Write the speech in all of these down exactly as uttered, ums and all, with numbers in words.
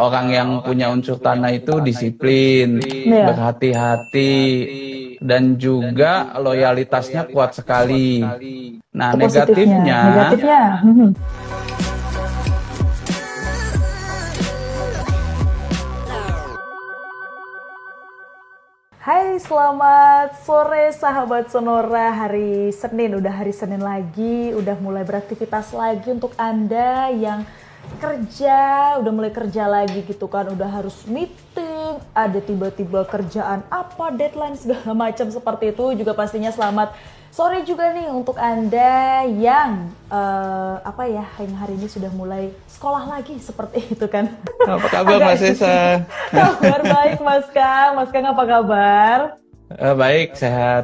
orang yang punya unsur tanah itu disiplin, Iya. berhati-hati, dan juga loyalitasnya kuat sekali. Nah, Itu positifnya. negatifnya, Negatifnya. hmm. Hai, selamat sore sahabat Sonora. Hari Senin, udah hari Senin lagi, udah mulai beraktivitas lagi untuk Anda yang kerja, udah mulai kerja lagi gitu kan, udah harus meeting, ada tiba-tiba kerjaan apa, deadline segala macam seperti itu. Juga pastinya selamat sore juga nih untuk Anda yang uh, apa ya, yang hari ini sudah mulai sekolah lagi seperti itu kan. apa kabar Mas Esa? Kabar baik Mas Kang, Mas Kang apa kabar? Eh, baik, sehat.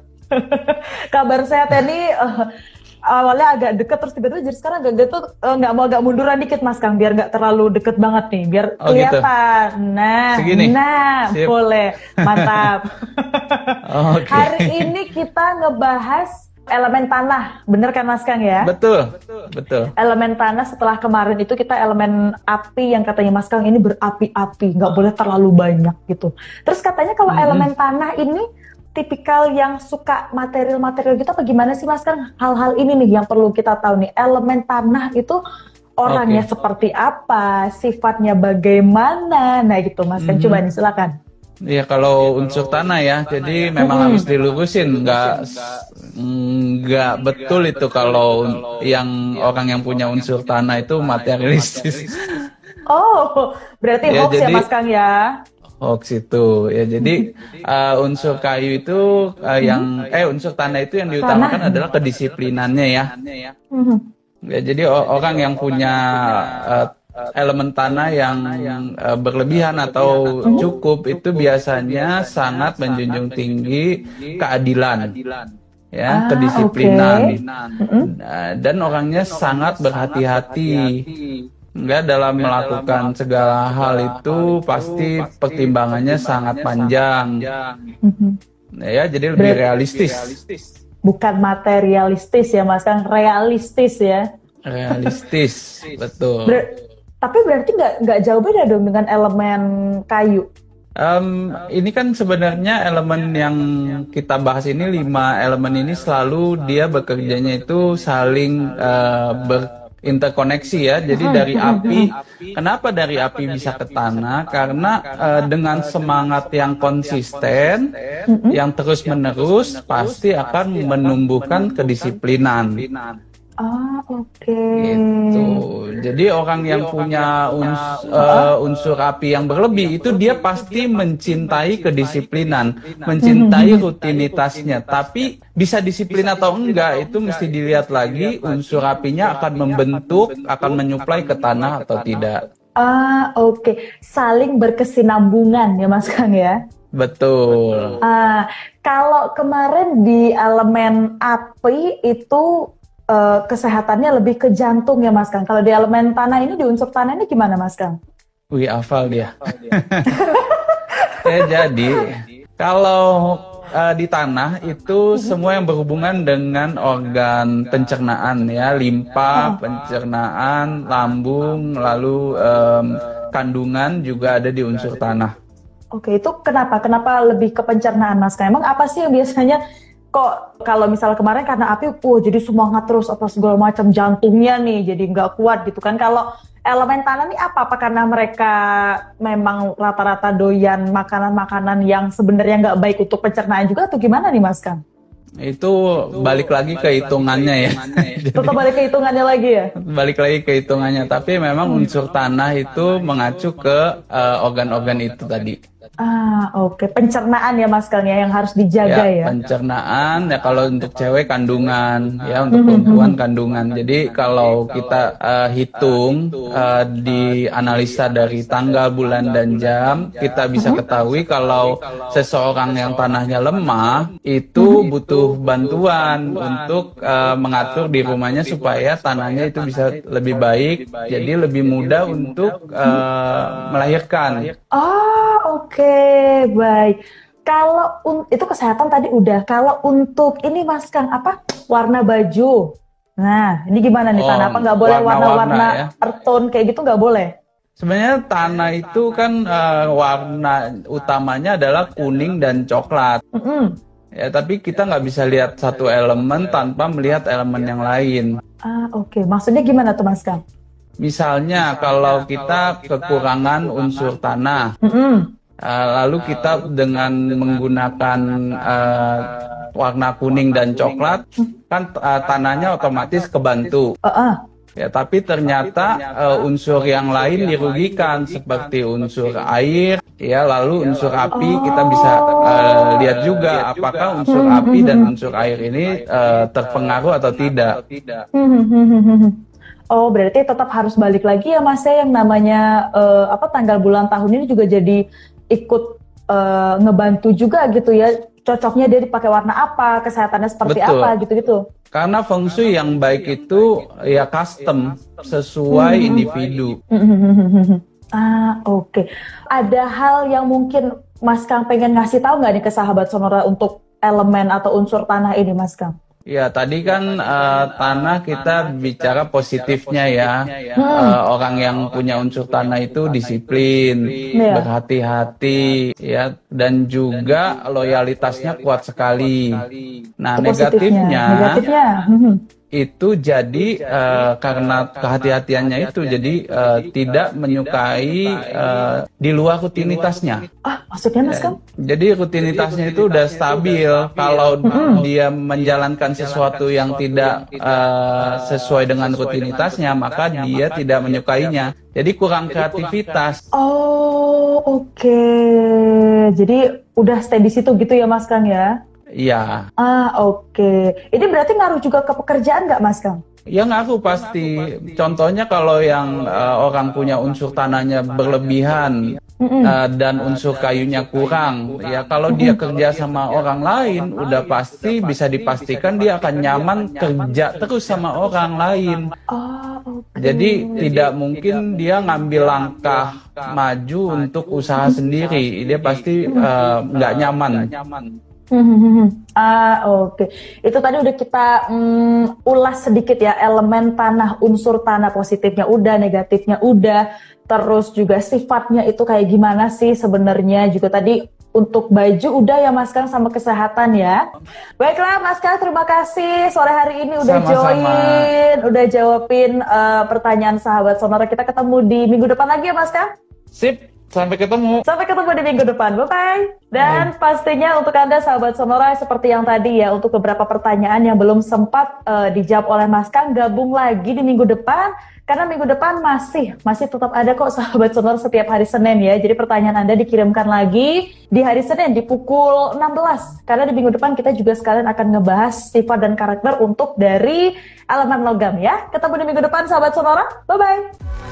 Kabar sehat ya nih. Uh, awalnya agak deket terus tiba-tiba jadi sekarang agak gitu, nggak uh, mau agak munduran dikit Mas Kang biar nggak terlalu deket banget nih, biar Oh, gitu. kelihatan. Nah, Segini? nah Sip. boleh, mantap. Oke. Hari ini kita ngebahas elemen tanah, bener kan Mas Kang ya? Betul, betul. Elemen tanah, setelah kemarin itu kita elemen api yang katanya Mas Kang ini berapi-api, nggak boleh terlalu banyak gitu. Terus katanya kalau Mm-mm. elemen tanah ini tipikal yang suka material-material gitu apa gimana sih Mas Kang? Hal-hal ini nih yang perlu kita tahu nih. Elemen tanah itu orangnya Oke. seperti apa, sifatnya bagaimana, nah gitu Mas Kang. Mhm. Coba nih silakan. Iya, kalau unsur tanah ya, jadi memang Mm-mm. harus dilurusin, nggak nggak betul itu kalau yang orang yang punya unsur tanah itu materialistis. Oh, berarti Ya, hoax ya jadi Mas Kang ya? hoax itu ya, jadi uh, unsur kayu itu uh, yang eh unsur tanah itu yang diutamakan Tanah. adalah kedisiplinannya ya. Mhm. Ya, jadi o- orang yang punya uh, elemen tanah yang uh, berlebihan atau cukup itu biasanya sangat menjunjung tinggi keadilan, ya, Ah, kedisiplinan. oke. Mhm. Nah, dan orangnya sangat berhati-hati. Enggak, dalam melakukan segala hal itu pasti pertimbangannya sangat panjang. Mhm. Ya, jadi lebih Ber- realistis. Bukan materialistis ya Mas Kang, realistis ya. Realistis, betul. Ber- tapi berarti nggak nggak jauh beda dong dengan elemen kayu. Em, ini kan sebenarnya elemen yang kita bahas ini, lima elemen ini selalu dia bekerjanya itu saling eh, berinterkoneksi ya. Jadi dari api, kenapa dari api bisa ke tanah? Karena eh, dengan semangat yang konsisten, yang terus-menerus, pasti akan menumbuhkan kedisiplinan. Ah, oke. Gitu. Jadi orang yang punya uns, uh, unsur api yang berlebih itu dia pasti mencintai kedisiplinan, mencintai rutinitasnya. Tapi bisa disiplin atau enggak itu mesti dilihat lagi, unsur apinya akan membentuk, akan menyuplai ke tanah atau tidak. Ah, oke. Saling berkesinambungan ya Mas Kang ya. Betul. Ah, kalau kemarin di elemen api itu eh, kesehatannya lebih ke jantung ya Mas Kang. Kalau di elemen tanah ini, di unsur tanah ini gimana Mas Kang? Wih, hafal dia. Ya, jadi kalau uh, di tanah itu semua yang berhubungan dengan organ pencernaan ya, limpa, pencernaan, lambung, lalu um, kandungan juga ada di unsur tanah. Oke, itu kenapa? Kenapa lebih ke pencernaan Mas Kang? Emang apa sih yang biasanya kok kalau misalnya kemarin karena api, wah jadi semangat terus apa segala macam, jantungnya nih jadi nggak kuat gitu kan. Kalau elemen tanah nih apa? Apa karena mereka memang rata-rata doyan makanan-makanan yang sebenarnya nggak baik untuk pencernaan juga atau gimana nih Mas Kang? Itu balik lagi ke hitungannya ya. Tetap balik ke hitungannya lagi ya? Balik lagi ke hitungannya, tapi memang unsur tanah itu mengacu ke uh, organ-organ itu tadi. Ah, oke. Pencernaan ya Mas Kang ya yang harus dijaga ya. Ya, pencernaan ya, kalau untuk cewek kandungan, ya untuk perempuan kandungan. Jadi kalau kita uh, hitung uh, dianalisa dari tanggal, bulan dan jam, kita bisa ketahui kalau seseorang yang tanahnya lemah itu butuh bantuan untuk uh, mengatur di rumahnya supaya tanahnya itu bisa lebih baik, jadi lebih mudah untuk uh, melahirkan. Ah, oke, baik. Kalau un- itu kesehatan tadi udah. Kalau untuk ini Mas Kang apa warna baju? Nah, ini gimana nih Oh, tanah apa nggak boleh warna-warna warna-warna ya. earth tone kayak gitu nggak boleh? Sebenarnya tanah itu kan uh, warna utamanya adalah kuning dan coklat. Mm-mm. Ya, tapi kita nggak bisa lihat satu elemen tanpa melihat elemen yang lain. Ah, oke. Okay. Maksudnya gimana tuh Mas Kang? Misalnya kalau kita kekurangan unsur tanah, Mm-mm. uh, lalu kita dengan menggunakan uh, warna kuning dan coklat, kan uh, tanahnya otomatis kebantu. Uh-uh. Ya, tapi ternyata uh, unsur yang lain dirugikan seperti unsur air, ya, lalu unsur api kita bisa uh, lihat juga apakah unsur api dan unsur air ini uh, terpengaruh atau tidak. Oh, berarti tetap harus balik lagi ya Mas ya, yang namanya uh, apa tanggal bulan tahun ini juga jadi ikut uh, ngebantu juga gitu ya. Cocoknya dia dipakai warna apa, kesehatannya seperti Betul. apa gitu-gitu. Karena feng shui yang baik itu ya custom sesuai hmm. individu. Ah, oke. Okay. Ada hal yang mungkin Mas Kang pengen ngasih tahu nggak nih ke sahabat Sonora untuk elemen atau unsur tanah ini, Mas Kang? Ya, tadi kan uh, tanah kita bicara positifnya ya. Hmm. Uh, orang yang punya unsur tanah itu disiplin, yeah. berhati-hati, ya, dan juga loyalitasnya kuat sekali. Nah, itu negatifnya, negatifnya. itu jadi uh, karena kehati-hatiannya itu jadi uh, tidak menyukai uh, di luar rutinitasnya. Ah, maksudnya Mas Kang? Ya, jadi rutinitasnya itu udah stabil. Kalau mm-hmm. dia menjalankan sesuatu yang tidak uh, sesuai dengan rutinitasnya, maka dia tidak menyukainya. Jadi kurang kreativitas. Oh, oke. Okay. Jadi udah stay di situ gitu ya Mas Kang ya? Iya. Ah, oke. Okay. Ini berarti ngaruh juga ke pekerjaan nggak, Mas Kang? Ya ngaruh pasti. Contohnya kalau yang uh, orang punya unsur tanahnya berlebihan mm-hmm. uh, dan unsur kayunya kurang, ya kalau dia kerja sama orang lain, udah pasti bisa dipastikan dia akan nyaman kerja terus sama orang lain. Oh, okay. Jadi tidak mungkin dia ngambil langkah maju untuk usaha sendiri. Dia pasti uh, nggak nyaman. Ah, oke. Okay. Itu tadi udah kita um, ulas sedikit ya, elemen tanah, unsur tanah, positifnya udah, negatifnya udah, terus juga sifatnya itu kayak gimana sih sebenarnya, juga tadi untuk baju udah ya Mas Kang, sama kesehatan ya. Baiklah Mas Kang, terima kasih sore hari ini udah Sama-sama. join, udah jawabin uh, pertanyaan sahabat Sonora. Kita ketemu di minggu depan lagi ya Mas Kang. Sip. Sampai ketemu. Sampai ketemu di minggu depan. Bye-bye. Dan Bye. pastinya untuk Anda sahabat Sonora, seperti yang tadi ya, untuk beberapa pertanyaan yang belum sempat uh, dijawab oleh Mas Kang, gabung lagi di minggu depan. Karena minggu depan masih, masih tetap ada kok sahabat Sonora setiap hari Senin ya. Jadi pertanyaan Anda dikirimkan lagi di hari Senin di pukul enam belas. Karena di minggu depan kita juga sekalian akan ngebahas sifat dan karakter untuk dari elemen logam ya. Ketemu di minggu depan sahabat Sonora. Bye-bye.